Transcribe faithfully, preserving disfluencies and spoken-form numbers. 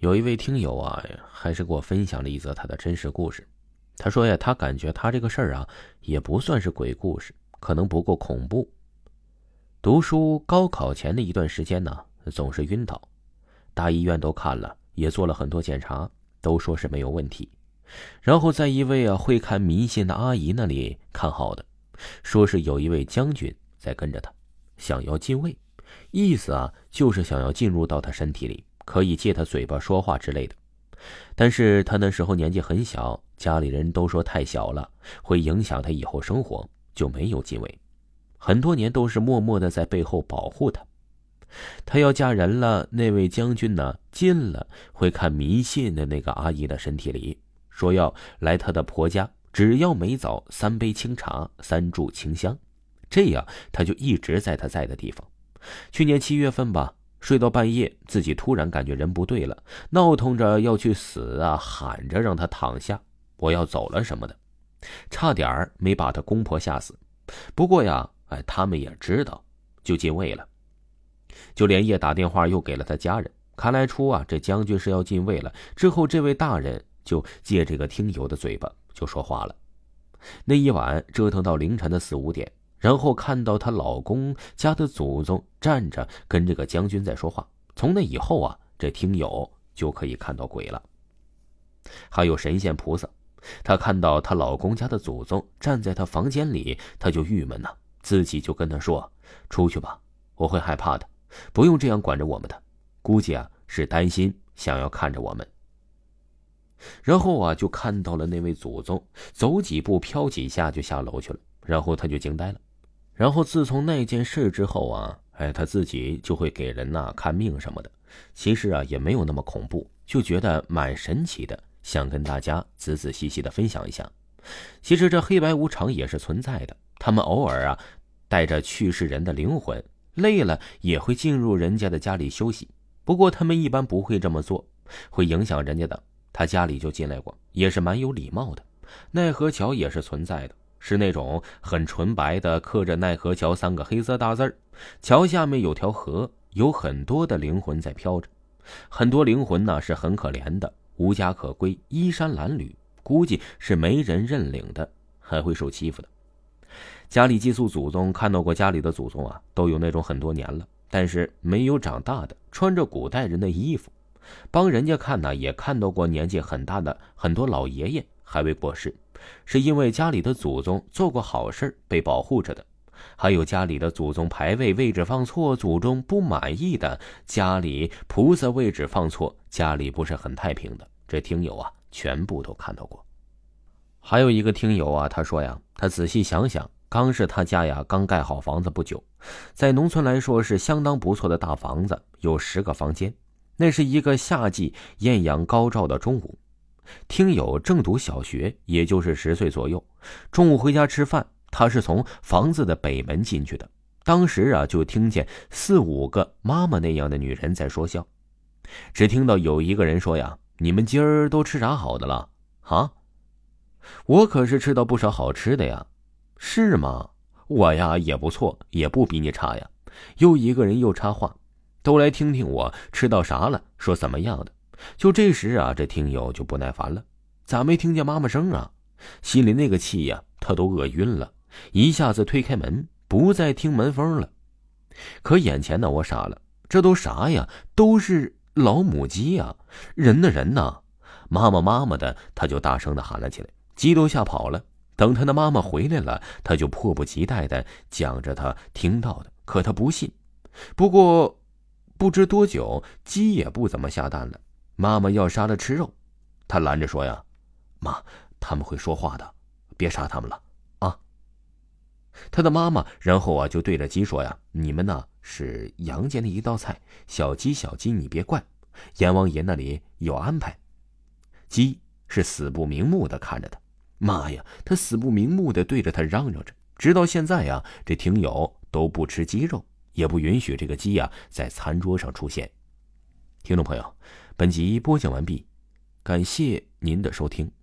有一位听友啊，还是给我分享了一则他的真实故事。他说呀，他感觉他这个事儿啊，也不算是鬼故事，可能不够恐怖。读书高考前的一段时间呢，总是晕倒，大医院都看了，也做了很多检查，都说是没有问题。然后在一位啊会看迷信的阿姨那里看好的，说是有一位将军在跟着他，想要进位，意思啊就是想要进入到他身体里，可以借他嘴巴说话之类的。但是他那时候年纪很小，家里人都说太小了，会影响他以后生活，就没有进位。很多年都是默默的在背后保护他。他要嫁人了，那位将军呢进了会看迷信的那个阿姨的身体里，说要来他的婆家，只要每早三杯清茶，三炷清香，这样他就一直在他在的地方。去年七月份吧，睡到半夜，自己突然感觉人不对了，闹腾着要去死啊，喊着让他躺下，我要走了什么的，差点没把他公婆吓死。不过呀，哎，他们也知道，就进位了，就连夜打电话又给了他家人。看来出啊，这将军是要进位了。之后这位大人就借这个听友的嘴巴就说话了。那一晚折腾到凌晨的四五点，然后看到她老公家的祖宗站着跟这个将军在说话。从那以后啊，这听友就可以看到鬼了。还有神仙菩萨，她看到她老公家的祖宗站在她房间里，她就郁闷了，自己就跟他说，出去吧，我会害怕的，不用这样管着我们的，估计啊是担心想要看着我们。然后啊就看到了那位祖宗走几步飘几下就下楼去了，然后他就惊呆了。然后自从那件事之后啊，哎，他自己就会给人呐、啊、看命什么的，其实啊也没有那么恐怖，就觉得蛮神奇的，想跟大家仔仔细细的分享一下。其实这黑白无常也是存在的，他们偶尔啊带着去世人的灵魂，累了也会进入人家的家里休息，不过他们一般不会这么做，会影响人家的。他家里就进来过，也是蛮有礼貌的。奈何桥也是存在的，是那种很纯白的，刻着奈何桥三个黑色大字儿，桥下面有条河，有很多的灵魂在飘着。很多灵魂呢是很可怜的，无家可归，衣衫褴褛，估计是没人认领的，还会受欺负的。家里寄宿祖宗看到过家里的祖宗啊，都有那种很多年了，但是没有长大的，穿着古代人的衣服。帮人家看呢，也看到过年纪很大的很多老爷爷还未过世，是因为家里的祖宗做过好事被保护着的。还有家里的祖宗牌位位置放错，祖宗不满意的，家里菩萨位置放错，家里不是很太平的，这听友啊全部都看到过。还有一个听友啊，他说呀，他仔细想想，刚是他家呀刚盖好房子不久，在农村来说是相当不错的大房子，有十个房间。那是一个夏季艳阳高照的中午，听友正读小学，也就是十岁左右。中午回家吃饭，他是从房子的北门进去的。当时啊，就听见四五个妈妈那样的女人在说笑。只听到有一个人说呀：“你们今儿都吃啥好的了？啊？我可是吃到不少好吃的呀。”是吗？我呀也不错，也不比你差呀。又一个人又插话。都来听听我吃到啥了，说怎么样的。就这时啊，这听友就不耐烦了，咋没听见妈妈声啊？心里那个气呀，他都饿晕了，一下子推开门，不再听门风了。可眼前呢，我傻了，这都啥呀？都是老母鸡呀，人的人呐！妈妈妈妈的，他就大声的喊了起来，鸡都吓跑了。等他的妈妈回来了，他就迫不及待的讲着他听到的，可他不信。不过不知多久，鸡也不怎么下蛋了。妈妈要杀了吃肉，他拦着说呀：“妈，他们会说话的，别杀他们了啊。”他的妈妈然后啊就对着鸡说呀：“你们呢是杨家的一道菜，小鸡小鸡你别怪，阎王爷那里有安排。”鸡是死不瞑目的看着他，妈呀，他死不瞑目的对着他嚷嚷着，直到现在呀，这听友都不吃鸡肉。也不允许这个鸡呀在餐桌上出现。听众朋友，本集播讲完毕，感谢您的收听。